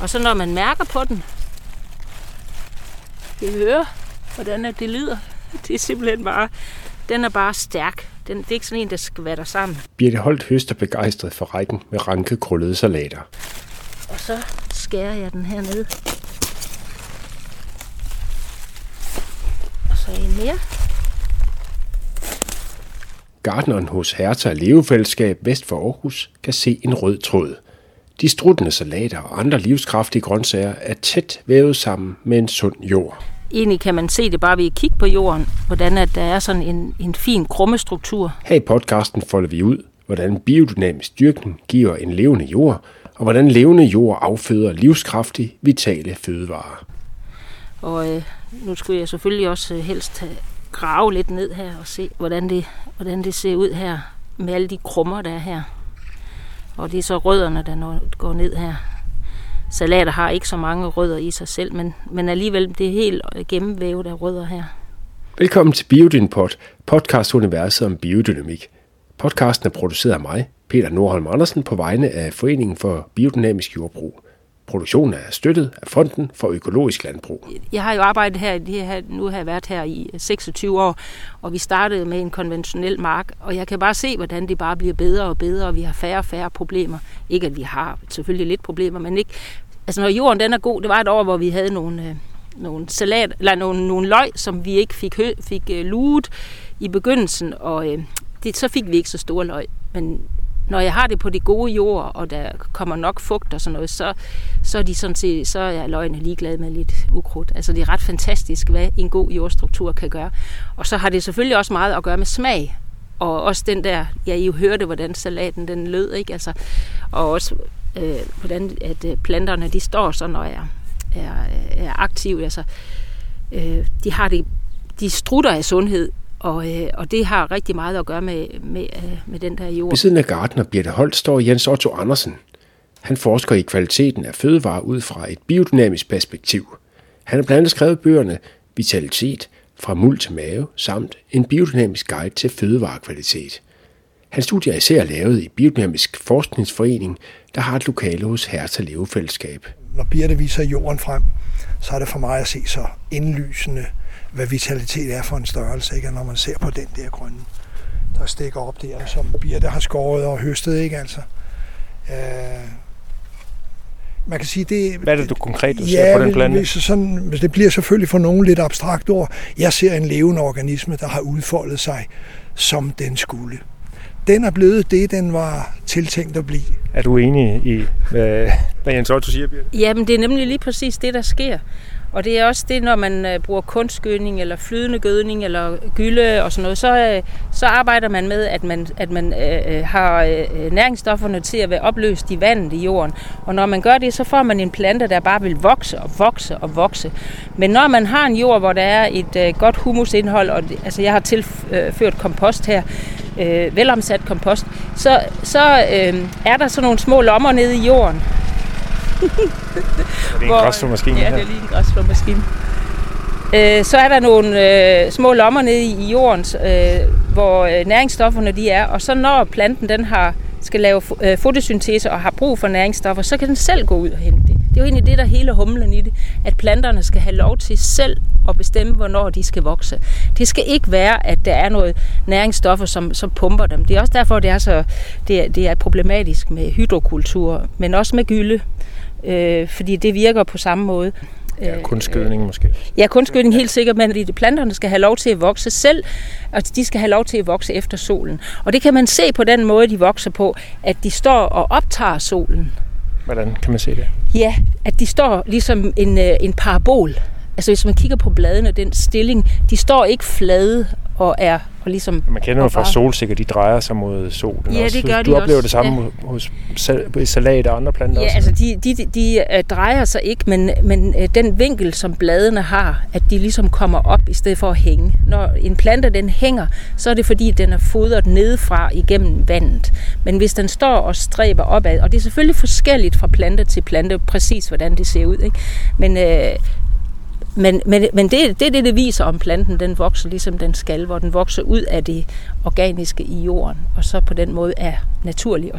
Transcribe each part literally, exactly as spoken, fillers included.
Og så når man mærker på den, kan I høre, hvordan det lyder. Det er simpelthen bare, den er bare stærk. Den, det er ikke sådan en, der skvatter sammen. Birthe Holt høster begejstret for rækken med ranke krøllede salater. Og så skærer jeg den her ned. Og så en mere. Gartneren hos Herta Levefællesskab vest for Aarhus kan se en rød tråd. De struttende salater og andre livskraftige grøntsager er tæt vævet sammen med en sund jord. Egentlig kan man se det bare ved at kigge på jorden, hvordan at der er sådan en, en fin krummestruktur. Her i podcasten folder vi ud, hvordan biodynamisk dyrkning giver en levende jord, og hvordan levende jord afføder livskraftige, vitale fødevarer. Og øh, nu skulle jeg selvfølgelig også helst grave lidt ned her og se, hvordan det, hvordan det ser ud her med alle de krummer, der er her. Og det er så rødderne, der går ned her. Salater har ikke så mange rødder i sig selv, men, men alligevel det er helt gennemvævet af rødder her. Velkommen til Biodynpod, podcast-universet om biodynamik. Podcasten er produceret af mig, Peter Nordholm Andersen, på vegne af Foreningen for Biodynamisk Jordbrug. Produktionen er støttet af Fonden for Økologisk Landbrug. Jeg har jo arbejdet her, det her, nu har jeg været her i seksogtyve år, og vi startede med en konventionel mark, og jeg kan bare se, hvordan det bare bliver bedre og bedre, og vi har færre og færre problemer. Ikke at vi har selvfølgelig lidt problemer, men ikke. Altså når jorden den er god, det var et år, hvor vi havde nogle, øh, nogle salat, eller nogle, nogle løg, som vi ikke fik, hø, fik øh, luget i begyndelsen, og øh, det, så fik vi ikke så store løg, men når jeg har det på de gode jord, og der kommer nok fugt og sådan noget, så, så er de sådan set, så er løgene ligeglade med lidt ukrudt. Altså det er ret fantastisk, hvad en god jordstruktur kan gøre. Og så har det selvfølgelig også meget at gøre med smag. Og også den der, ja, I jo hørte, hvordan salaten den lød, ikke? Altså, og også øh, hvordan at planterne, de står så, når jeg er, er aktive. Altså, øh, de har det, de strutter af sundhed. Og, øh, og det har rigtig meget at gøre med, med, øh, med den der jord. Ved siden af gartner Birthe Holt står Jens Otto Andersen. Han forsker i kvaliteten af fødevarer ud fra et biodynamisk perspektiv. Han har blandt andet skrevet bøgerne Vitalitet, fra muld til mave, samt en biodynamisk guide til fødevarekvalitet. Hans studie er især lavet i Biodynamisk Forskningsforening, der har et lokale hos Herta Levefællesskab. Når Birthe viser jorden frem, så er det for mig at se så indlysende, hvad vitalitet er for en størrelse, ikke? Når man ser på den der grønne, der stikker op der, som Birthe har skåret og høstet, ikke altså. Øh, man kan sige det. Hvad er det du konkret du ja, ser på den plante? Sådan, det bliver selvfølgelig for nogen lidt abstrakt ord. Jeg ser en levende organisme, der har udfoldet sig, som den skulle. Den er blevet det, den var tiltænkt at blive. Er du enig i, hvad, hvad Jens Otto siger, Birthe? Jamen, det er nemlig lige præcis det, der sker. Og det er også det, når man øh, bruger kunstgødning eller flydende gødning eller gylde og sådan noget, så, øh, så arbejder man med, at man, at man øh, har øh, næringsstofferne til at være opløst i vandet i jorden. Og når man gør det, så får man en plante, der bare vil vokse og vokse og vokse. Men når man har en jord, hvor der er et øh, godt humusindhold, og det, altså jeg har tilført kompost her, øh, velomsat kompost, så, så øh, er der sådan nogle små lommer nede i jorden. Det er en græsslåmaskine. Ja, det er lige en græsslåmaskine. Øh, så er der nogle øh, små lommer nede i jorden, øh, hvor øh, næringsstofferne de er, og så når planten den har, skal lave øh, fotosyntese og har brug for næringsstoffer, så kan den selv gå ud og hente det. Det er jo egentlig det, der hele humlen i det, at planterne skal have lov til selv at bestemme, hvornår de skal vokse. Det skal ikke være, at der er noget næringsstoffer, som, som pumper dem. Det er også derfor, det er, så, det er, det er problematisk med hydrokultur, men også med gylde. Øh, fordi det virker på samme måde. Ja, kunstgødning måske. Ja, kunstgødning helt sikkert, men de planterne skal have lov til at vokse selv, og de skal have lov til at vokse efter solen. Og det kan man se på den måde, de vokser på, at de står og optager solen. Hvordan kan man se det? Ja, at de står ligesom en, en parabol. Altså hvis man kigger på bladene, den stilling, de står ikke flade og er og ligesom... Man kender jo fra solsikker, de drejer sig mod solen. Ja, også. det gør du, de du oplever også. det samme ja. hos salat og andre planter? Ja, også. altså de, de, de, de uh, drejer sig ikke, men, men uh, den vinkel, som bladene har, at de ligesom kommer op i stedet for at hænge. Når en plante den hænger, så er det fordi, den er fodret nedefra igennem vandet. Men hvis den står og stræber opad, og det er selvfølgelig forskelligt fra plante til plante, præcis hvordan det ser ud, ikke? Men... Uh, Men, men, men det, det er det, det viser, om planten den vokser ligesom den skal, hvor den vokser ud af det organiske i jorden, og så på den måde er naturlig og sund.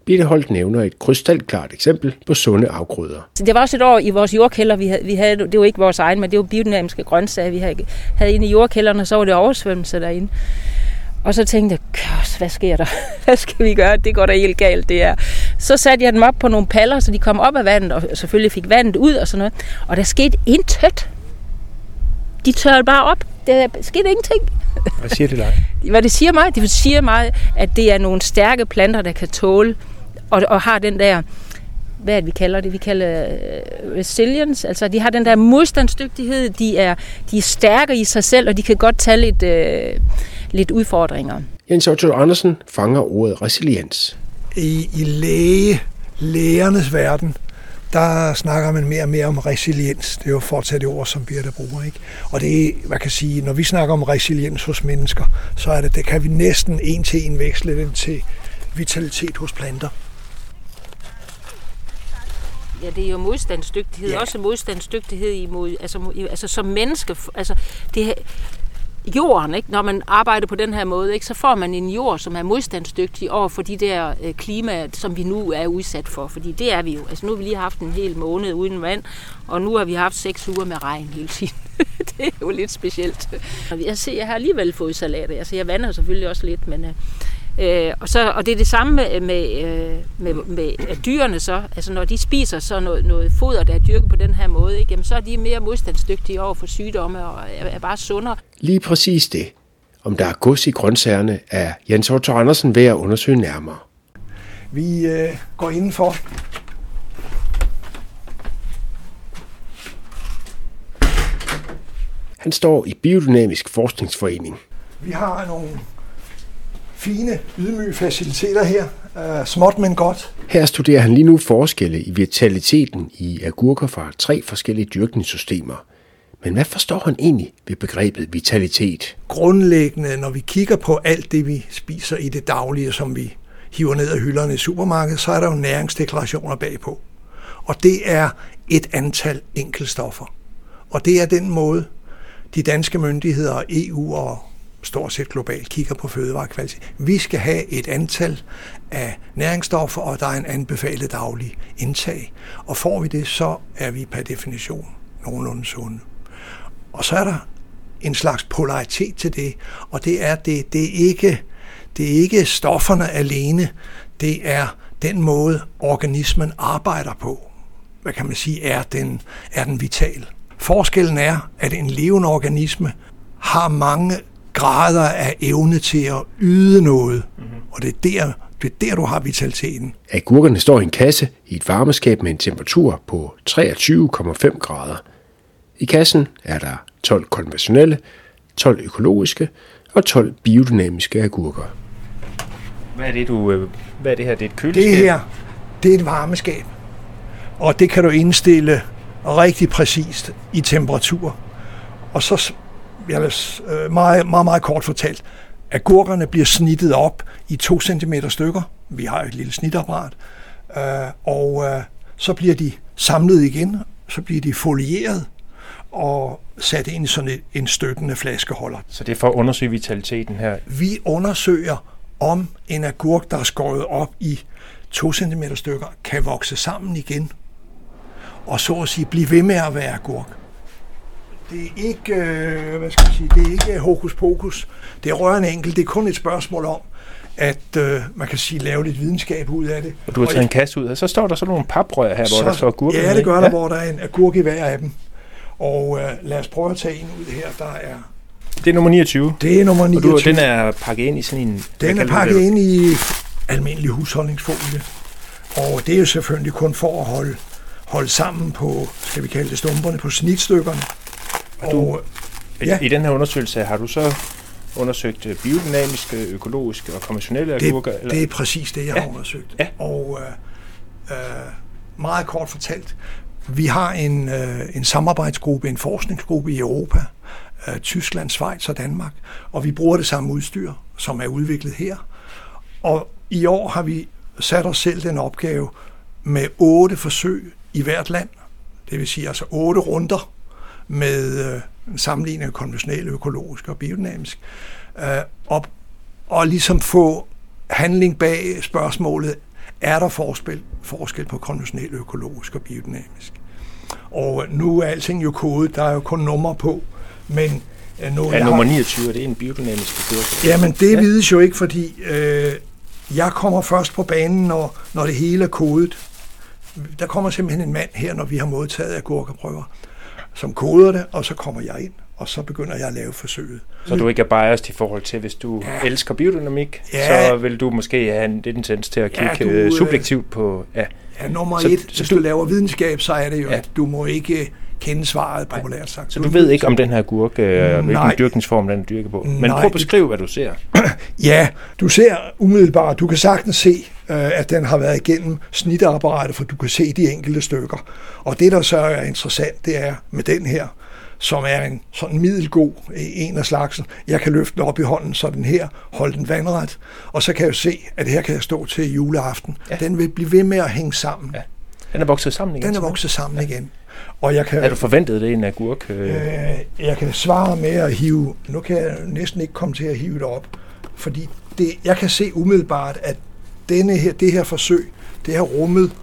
Birthe Holt nævner et krystalklart eksempel på sunde afgrøder. Det var også et år i vores jordkælder, vi havde, vi havde det var ikke vores egen, men det var biodynamiske grøntsager, vi havde, havde inde i jordkælderen, og så var det oversvømmelse derinde. Og så tænkte jeg, hvad sker der? Hvad skal vi gøre? Det går da helt galt, det er. Så satte jeg dem op på nogle paller, så de kom op af vandet, og selvfølgelig fik vandet ud og sådan noget. Og der skete intet. De tørrede bare op. Der skete ingenting. Hvad siger det dig? Hvad det siger mig? Det siger mig, at det er nogle stærke planter, der kan tåle, og, og har den der, hvad er det, vi kalder det? Vi kalder uh, resilience. Altså, de har den der modstandsdygtighed. De er, de er stærke i sig selv, og de kan godt tage lidt, uh, lidt udfordringer. Jens Otto Andersen fanger ordet resiliens. I, i læge, lægernes verden, der snakker man mere og mere om resiliens. Det er jo fortsat det ord, som Birthe bruger, ikke? Og det er, hvad kan sige, når vi snakker om resiliens hos mennesker, så er det, det kan vi næsten en til en veksle den til vitalitet hos planter. Ja, det er jo modstandsdygtighed, ja. Også modstandsdygtighed imod, altså, altså som menneske, altså det jorden, ikke? Når man arbejder på den her måde, ikke, så får man en jord, som er modstandsdygtig over for de der øh, klima, som vi nu er udsat for, fordi det er vi jo. Altså nu har vi lige haft en hel måned uden vand, og nu har vi haft seks uger med regn hele tiden. Det er jo lidt specielt. Jeg ser, jeg har alligevel fået salater. Altså jeg vander selvfølgelig også lidt, men øh, og så og det er det samme med med, øh, med med dyrene så. Altså når de spiser så noget, noget foder, der er dyrket på den her måde, ikke, jamen, så er de mere modstandsdygtige over for sygdomme og er, er bare sundere. Lige præcis det. Om der er gods i grøntsagerne, er Jens Otto Andersen ved at undersøge nærmere. Vi øh, går indenfor. Han står i Biodynamisk Forskningsforening. Vi har nogle fine, ydmyge faciliteter her. Uh, småt, men godt. Her studerer han lige nu forskelle i vitaliteten i agurker fra tre forskellige dyrkningssystemer. Men hvad forstår han egentlig ved begrebet vitalitet? Grundlæggende, når vi kigger på alt det, vi spiser i det daglige, som vi hiver ned af hylderne i supermarkedet, så er der jo næringsdeklarationer bagpå. Og det er et antal enkeltstoffer. Og det er den måde, de danske myndigheder, E U og stort set globalt kigger på fødevarekvalitet. Vi skal have et antal af næringsstoffer, og der er en anbefalet daglig indtag. Og får vi det, så er vi per definition nogenlunde sunde. Og så er der en slags polaritet til det, og det er, det, det er, ikke, det er ikke stofferne alene, det er den måde, organismen arbejder på. Hvad kan man sige, er den, er den vital. Forskellen er, at en levende organisme har mange grader af evne til at yde noget, mm-hmm. og det er, der, det er der, du har vitaliteten. Agurkerne står i en kasse i et varmeskab med en temperatur på treogtyve komma fem grader. I kassen er der tolv konventionelle, tolv økologiske og tolv biodynamiske agurker. Hvad er det, du, hvad er det her? Det er et køleskab? Det her, det er et varmeskab, og det kan du indstille rigtig præcist i temperatur. Og så, meget, meget, meget kort fortalt, agurkerne bliver snittet op i to centimeter stykker. Vi har et lille snitapparat. Og så bliver de samlet igen, så bliver de folieret og sat ind i sådan et, en støttende flaskeholder. Så det er for at undersøge vitaliteten her? Vi undersøger, om en agurk, der er skåret op i to centimeter stykker, kan vokse sammen igen, og så at sige blive ved med at være agurk. Det er ikke, øh, hvad skal jeg sige, det er ikke hokus pokus. Det er rørende enkelt. Det er kun et spørgsmål om, at øh, man kan sige, lave lidt videnskab ud af det. Og du har taget en kasse ud, og så står der sådan nogle paprør her, så, hvor der står agurker. Ja, det gør der, ja. Hvor der er en agurk i hver af dem. Og øh, lad os prøve at tage en ud her, der er... Det er nummer niogtyve. Det er nummer niogtyve. Og du, den er pakket ind i sådan en... Den er pakket ind i almindelig husholdningsfolie. Og det er jo selvfølgelig kun for at holde, holde sammen på, skal vi kalde det, stumperne, på snitstykkerne. Og, du, og ja. I den her undersøgelse har du så undersøgt biodynamiske, økologiske og konventionelle agurker? Det, det er præcis det, jeg ja. har undersøgt. Ja. Og øh, øh, meget kort fortalt, vi har en, øh, en samarbejdsgruppe, en forskningsgruppe i Europa, øh, Tyskland, Schweiz og Danmark, og vi bruger det samme udstyr, som er udviklet her. Og i år har vi sat os selv den opgave med otte forsøg i hvert land, det vil sige altså otte runder med øh, sammenligning af konventionel, økologisk og biodynamisk, øh, op, og ligesom få handling bag spørgsmålet, er der forskel, forskel på konventionel, økologisk og biodynamisk. Og nu er alting jo kodet, der er jo kun nummer på, men nu... Ja, nummer niogtyve, er det en biodynamisk agurk? Jamen, det ja. vides jo ikke, fordi øh, jeg kommer først på banen, når, når det hele er kodet. Der kommer simpelthen en mand her, når vi har modtaget agurkeprøver, som koder det, og så kommer jeg ind, og så begynder jeg at lave forsøget. Så du ikke er biased i forhold til, hvis du ja. elsker biodynamik, ja. så vil du måske have en tendens til at kigge ja, du, subjektivt på... Ja, ja nummer så, et, så hvis du, du laver videnskab, så er det jo, ja. at du må ikke kende svaret, populært sagt. Så du, du ved ikke om den her gurk, øh, hvilken dyrkningsform den er dyrket på. Men nej, prøv at beskrive, hvad du ser. Ja, du ser umiddelbart, du kan sagtens se, øh, at den har været igennem snitapparatet, for du kan se de enkelte stykker. Og det, der så er interessant, det er med den her, som er en sådan middelgod en af slagsen. Jeg kan løfte den op i hånden, så den her, holde den vandret, og så kan jeg jo se, at her kan jeg stå til juleaften. Ja. Den vil blive ved med at hænge sammen. Ja. Den er vokset sammen igen. Den er vokset sammen ja. igen. Og jeg kan, er du forventet det i en agurk? Øh, jeg kan svare med at hive, nu kan jeg næsten ikke komme til at hive det op, fordi det, jeg kan se umiddelbart, at denne her, det her forsøg, det har rummet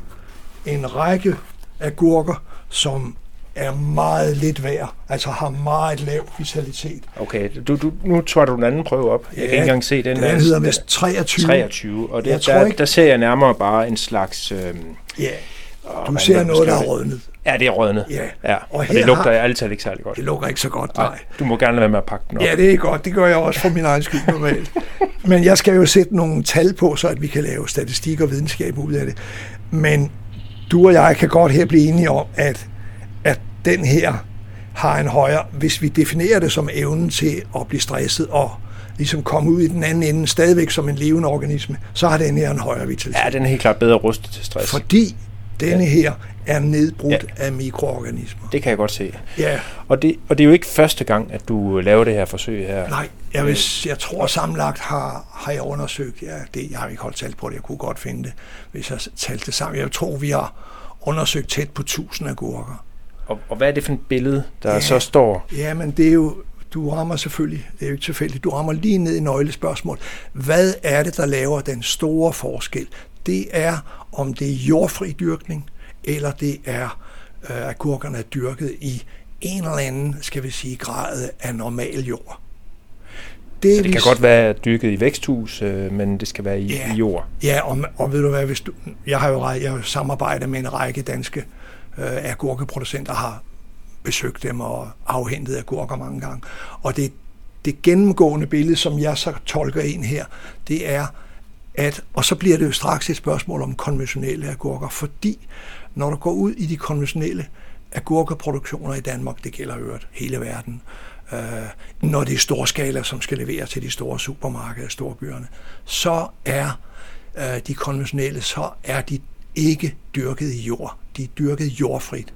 en række agurker, som er meget lidt værd, altså har meget lav vitalitet. Okay, du, du, nu tror du den anden prøve op. Jeg ja, kan ikke engang se den. Den anden hedder vist treogtyve. treogtyve, og det, der, ikke, der ser jeg nærmere bare en slags... Øh, ja, du åh, ser noget, der er rødnet. Ja, det er rødnet. Ja, ja. Og, og det lugter jeg altid ikke særlig godt. Det lugter ikke så godt, nej. nej. Du må gerne være med at pakke den op. Ja, det er godt. Det gør jeg også for min egen skyld normalt. Men jeg skal jo sætte nogle tal på, så at vi kan lave statistik og videnskab ud af det. Men du og jeg kan godt her blive enige om, at, at den her har en højere, hvis vi definerer det som evnen til at blive stresset og ligesom komme ud i den anden ende, stadigvæk som en levende organisme, så har den her en højere vitalitet. Ja, den er helt klart bedre rustet til stress. Fordi denne ja. her er nedbrudt ja. af mikroorganismer. Det kan jeg godt se. Ja. Og det, og det er jo ikke første gang, at du laver det her forsøg her. Nej, jeg, vil, jeg tror sammenlagt har, har jeg undersøgt, ja, det, jeg har ikke holdt talt på det, jeg kunne godt finde det, hvis jeg talte det sammen. Jeg tror, vi har undersøgt tæt på tusind agurker. Og, og hvad er det for et billede, der ja. så står? Ja, men det er jo, du rammer selvfølgelig, det er jo ikke tilfældigt, du rammer lige ned i nøglespørgsmål. Hvad er det, der laver den store forskel? Det er, om det er jordfri dyrkning, eller det er, øh, at gurkerne er dyrket i en eller anden, skal vi sige, grad af normal jord. Det, så det kan godt være dyrket i væksthus, øh, men det skal være i, ja, i jord. Ja, og, og ved du hvad, hvis du, jeg har jo jeg har samarbejdet med en række danske øh, agurkeproducenter, har besøgt dem og afhentet agurker mange gange. Og det, det gennemgående billede, som jeg så tolker ind her, det er, at, og så bliver det jo straks et spørgsmål om konventionelle agurker, fordi når du går ud i de konventionelle agurkeproduktioner i Danmark, det gælder øvrigt hele verden, øh, når det er storskala, som skal levere til de store supermarkeder, storbyerne, så er øh, de konventionelle, så er de ikke dyrket i jord. De er dyrket jordfrit.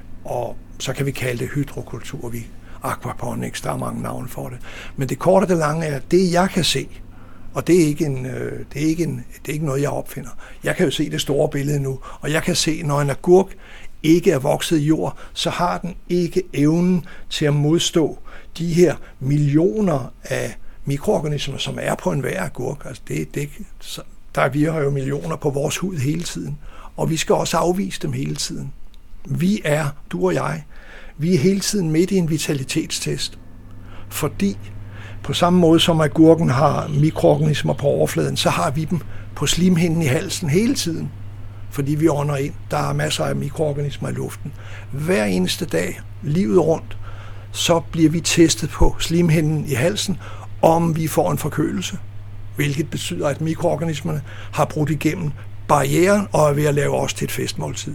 Og så kan vi kalde det hydrokultur, vi aquaponics, der er mange navne for det. Men det korte og det lange er, det jeg kan se, og det er ikke en, det er ikke en, det er ikke noget, jeg opfinder. Jeg kan jo se det store billede nu, og jeg kan se, når en agurk ikke er vokset i jord, så har den ikke evnen til at modstå de her millioner af mikroorganismer, som er på enhver agurk. Altså det, det, der vi har jo millioner på vores hud hele tiden, og vi skal også afvise dem hele tiden. Vi er, du og jeg, vi er hele tiden midt i en vitalitetstest, fordi på samme måde som agurken har mikroorganismer på overfladen, så har vi dem på slimhinden i halsen hele tiden, fordi vi ånder ind. Der er masser af mikroorganismer i luften. Hver eneste dag, livet rundt, så bliver vi testet på slimhinden i halsen, om vi får en forkølelse, hvilket betyder, at mikroorganismerne har brudt igennem barrieren og er ved at lave os til et festmåltid.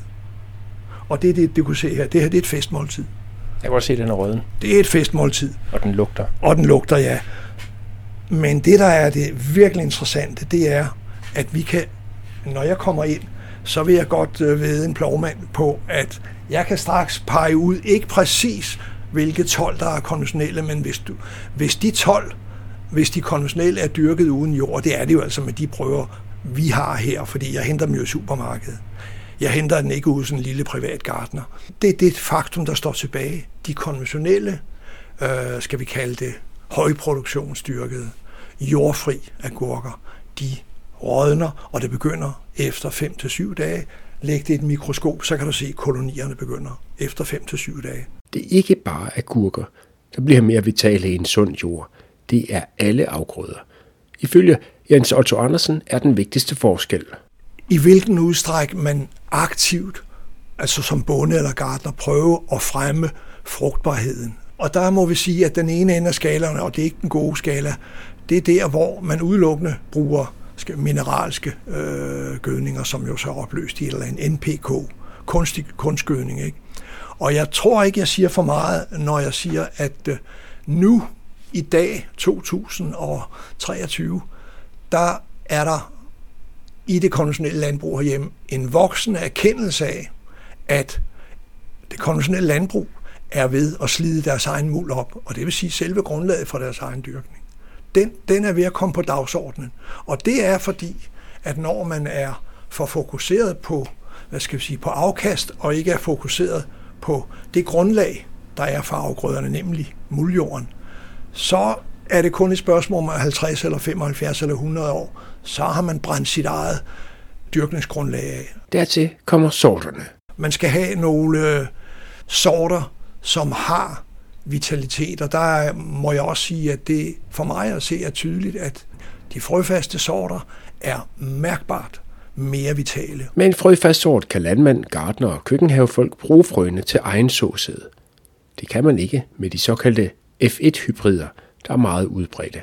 Og det er det, du kunne se her. Det her det er et festmåltid. Jeg kan godt se, at den er røden. Det er et festmåltid. Og den lugter. Og den lugter, ja. Men det, der er det virkelig interessante, det er, at vi kan, når jeg kommer ind, så vil jeg godt øh, vide en plovmand på, at jeg kan straks pege ud, ikke præcis, hvilke tolv, der er konventionelle, men hvis, du, hvis de tolv, hvis de konventionelle er dyrket uden jord, det er det jo altså med de prøver, vi har her, fordi jeg henter dem jo i supermarkedet. Jeg henter den ikke ud som en lille privat gartner. Det er det faktum, der står tilbage. De konventionelle, øh, skal vi kalde det, højproduktionsdyrkede, jordfri agurker, de rådner, og det begynder efter fem til syv dage. Læg det i et mikroskop, så kan du se, at kolonierne begynder efter fem til syv dage. Det er ikke bare agurker, der bliver mere vitale i en sund jord. Det er alle afgrøder. Ifølge Jens Otto Andersen er den vigtigste forskel. I hvilken udstrækning man aktivt, altså som bonde eller gartner, prøver at fremme frugtbarheden. Og der må vi sige, at den ene ende af skalaen, og det er ikke den gode skala, det er der, hvor man udelukkende bruger mineralske øh, gødninger, som jo så er opløst i et eller andet N P K, kunstig kunstgødning, ikke? Og jeg tror ikke, jeg siger for meget, når jeg siger, at øh, nu i dag, to tusind treogtyve, der er der i det konventionelle landbrug herhjemme en voksende erkendelse af, at det konventionelle landbrug er ved at slide deres egen muld op, og det vil sige selve grundlaget for deres egen dyrkning. Den, den er ved at komme på dagsordenen. Og det er fordi, at når man er for fokuseret på, hvad skal vi sige, på afkast, og ikke er fokuseret på det grundlag, der er for afgrøderne, nemlig muldjorden, så er det kun et spørgsmål om halvtreds eller femoghalvfjerds eller hundrede år, så har man brændt sit eget dyrkningsgrundlag af. Dertil kommer sorterne. Man skal have nogle sorter, som har vitalitet, og der må jeg også sige, at det for mig at se er tydeligt, at de frøfaste sorter er mærkbart mere vitale. Med en frøfast sort kan landmand, gartner og køkkenhavefolk bruge frøene til egen såsæde. Det kan man ikke med de såkaldte F et hybrider, der er meget udbredte.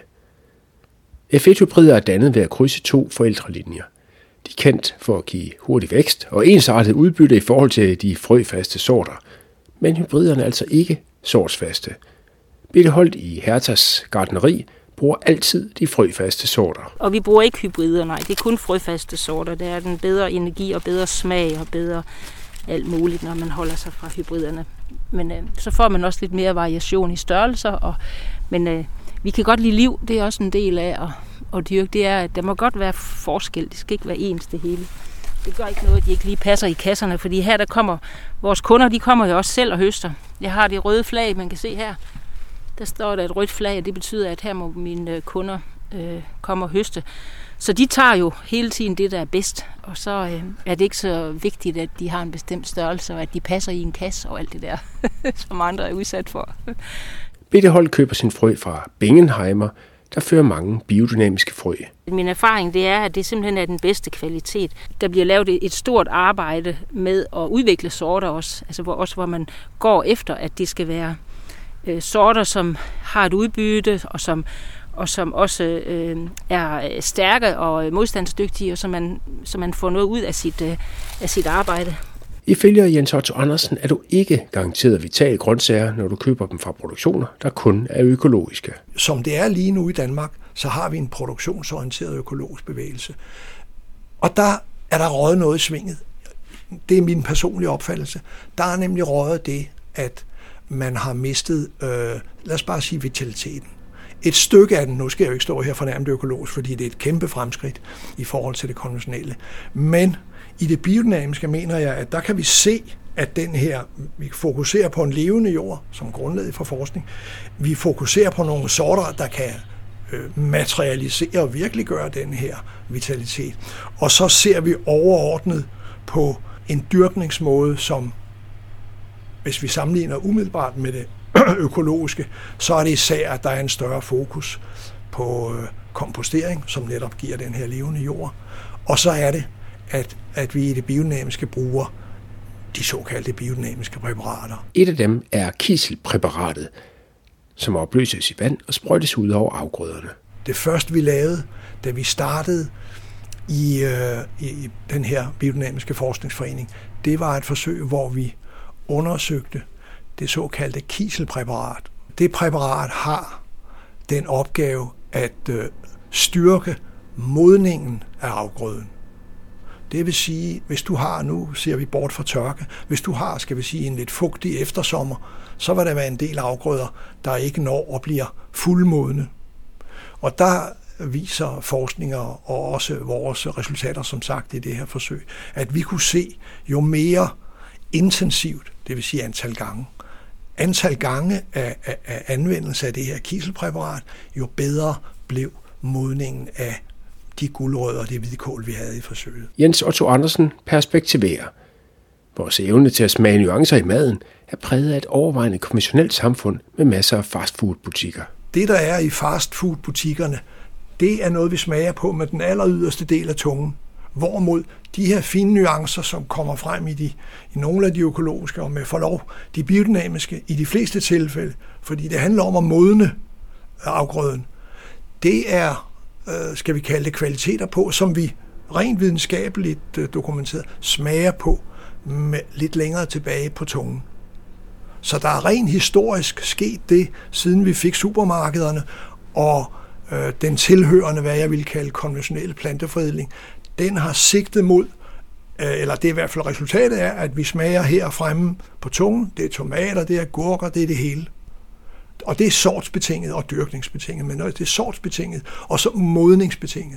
F et hybrider er dannet ved at krydse to forældrelinjer. De er kendt for at give hurtig vækst og ensartet udbytte i forhold til de frøfaste sorter, men hybriderne er altså ikke sortsfaste. Birthe Holt i Hertas gartneri bruger altid de frøfaste sorter. Og vi bruger ikke hybrider, nej. Det er kun frøfaste sorter. Der er den bedre energi og bedre smag og bedre alt muligt, når man holder sig fra hybriderne. Men øh, så får man også lidt mere variation i størrelser. Og, men øh, vi kan godt lide liv. Det er også en del af at, at dyrke. Det er, at der må godt være forskel. Det skal ikke være ens det hele. Det gør ikke noget, at de ikke lige passer i kasserne, fordi her der kommer vores kunder, de kommer jo også selv og høster. Jeg har det røde flag, man kan se her. Der står der et rødt flag, og det betyder, at her må mine kunder øh, komme og høste. Så de tager jo hele tiden det, der er bedst, og så øh, er det ikke så vigtigt, at de har en bestemt størrelse, og at de passer i en kasse og alt det der, som andre er udsat for. Birthe Holt køber sin frø fra Bingenheimer, der fører mange biodynamiske frø. Min erfaring det er, at det simpelthen er den bedste kvalitet. Der bliver lavet et stort arbejde med at udvikle sorter også, altså hvor, også hvor man går efter, at det skal være øh, sorter, som har et udbytte, og som, og som også øh, er stærke og modstandsdygtige, og så man, så man får noget ud af sit, øh, af sit arbejde. Ifølge Jens Otto Andersen er du ikke garanteret vitale grøntsager, når du køber dem fra produktioner, der kun er økologiske. Som det er lige nu i Danmark, så har vi en produktionsorienteret økologisk bevægelse. Og der er der røget noget i svinget. Det er min personlige opfattelse. Der er nemlig røget det, at man har mistet, øh, lad os bare sige, vitaliteten. Et stykke af den, nu skal jeg jo ikke stå her for nærmest økologisk, fordi det er et kæmpe fremskridt i forhold til det konventionelle. Men i det biodynamiske mener jeg, at der kan vi se, at den her, vi fokuserer på en levende jord som grundlag for forskning. Vi fokuserer på nogle sorter, der kan øh, materialisere og virkelig gøre den her vitalitet. Og så ser vi overordnet på en dyrkningsmåde, som, hvis vi sammenligner umiddelbart med det økologiske, så er det især, at der er en større fokus på øh, kompostering, som netop giver den her levende jord. Og så er det, At, at vi i det biodynamiske bruger de såkaldte biodynamiske præparater. Et af dem er kiselpræparatet, som opløses i vand og sprøjtes ud over afgrøderne. Det første vi lavede, da vi startede i, øh, i den her biodynamiske forskningsforening, det var et forsøg, hvor vi undersøgte det såkaldte kiselpræparat. Det præparat har den opgave at øh, styrke modningen af afgrøden. Det vil sige, hvis du har, nu ser vi bort fra tørke, hvis du har, skal vi sige, en lidt fugtig eftersommer, så vil der være en del afgrøder, der ikke når og bliver fuldmodne. Og der viser forskninger og også vores resultater, som sagt, i det her forsøg, at vi kunne se, jo mere intensivt, det vil sige antal gange, antal gange af, af, af anvendelse af det her kiselpræparat, jo bedre blev modningen af de gulerødder og det hvidkål, vi havde i forsøget. Jens Otto Andersen perspektiverer. Vores evne til at smage nuancer i maden er præget af et overvejende konventionelt samfund med masser af fastfoodbutikker. Det, der er i fastfoodbutikkerne, det er noget, vi smager på med den aller yderste del af tungen. Hvorimod de her fine nuancer, som kommer frem i, de, i nogle af de økologiske, og med forlov, de biodynamiske i de fleste tilfælde, fordi det handler om at modne afgrøden, det er, øh, skal vi kalde det, kvaliteter på, som vi rent videnskabeligt øh, dokumenteret smager på med lidt længere tilbage på tungen. Så der er rent historisk sket det, siden vi fik supermarkederne, og øh, den tilhørende, hvad jeg vil kalde konventionelle planteforædling, den har sigtet mod, øh, eller det er i hvert fald resultatet er, at vi smager her fremme på tungen. Det er tomater, det er gurker, det er det hele. Og det er sortsbetinget og dyrkningsbetinget, men det er sortsbetinget og så modningsbetinget.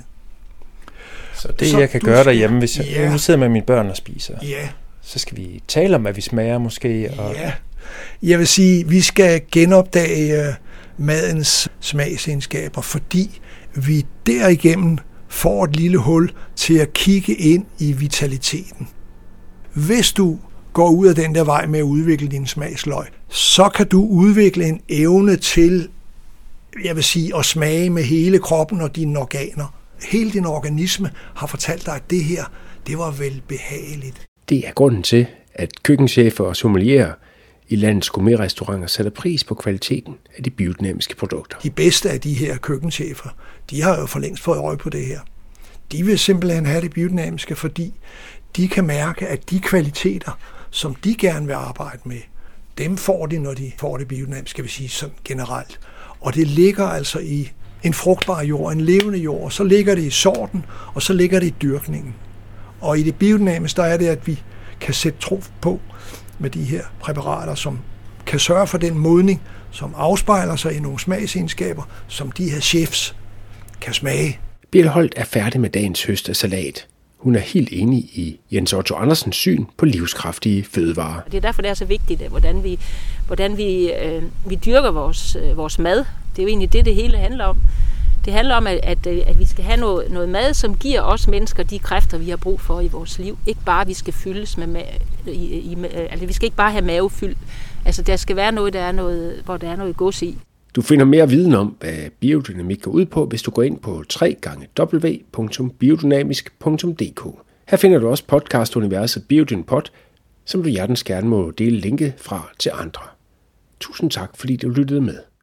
Så det, så jeg kan gøre derhjemme, hvis jeg ja, nu sidder med mine børn og spiser, ja, så skal vi tale om, hvad vi smager måske. Og ja, jeg vil sige, vi skal genopdage uh, madens smagsegenskaber, fordi vi derigennem får et lille hul til at kigge ind i vitaliteten. Hvis du går ud af den der vej med at udvikle din smagsløg, så kan du udvikle en evne til, jeg vil sige, at smage med hele kroppen og dine organer. Hele din organisme har fortalt dig, at det her, det var vel behageligt. Det er grunden til, at køkkenchefer og sommelierer i landets gourmetrestauranter sætter pris på kvaliteten af de biodynamiske produkter. De bedste af de her køkkenchefer, de har jo for længst fået øje på det her. De vil simpelthen have det biodynamiske, fordi de kan mærke, at de kvaliteter, som de gerne vil arbejde med, dem får de, når de får det biodynamiske, skal vi sige sådan generelt. Og det ligger altså i en frugtbar jord, en levende jord, så ligger det i sorten, og så ligger det i dyrkningen. Og i det biodynamiske, der er det, at vi kan sætte tro på med de her præparater, som kan sørge for den modning, som afspejler sig i nogle smagsegenskaber, som de her chefs kan smage. Birthe Holt er færdig med dagens høst af salat. Hun er helt enig i Jens Otto Andersens syn på livskraftige fødevarer. Det er derfor, det er så vigtigt, at hvordan vi, hvordan vi, øh, vi dyrker vores, øh, vores mad. Det er jo egentlig det, det hele handler om. Det handler om, at, at, at vi skal have noget, noget mad, som giver os mennesker de kræfter, vi har brug for i vores liv. Ikke bare, at vi skal fyldes med, ma- i, i, altså vi skal ikke bare have mavefyld. Altså der skal være noget, der er noget, hvor der er noget gods i. Du finder mere viden om, hvad biodynamik går ud på, hvis du går ind på w w w punktum biodynamisk punktum d k. Her finder du også podcastuniverset BiodynPod, som du hjertens gerne må dele linket fra til andre. Tusind tak, fordi du lyttede med.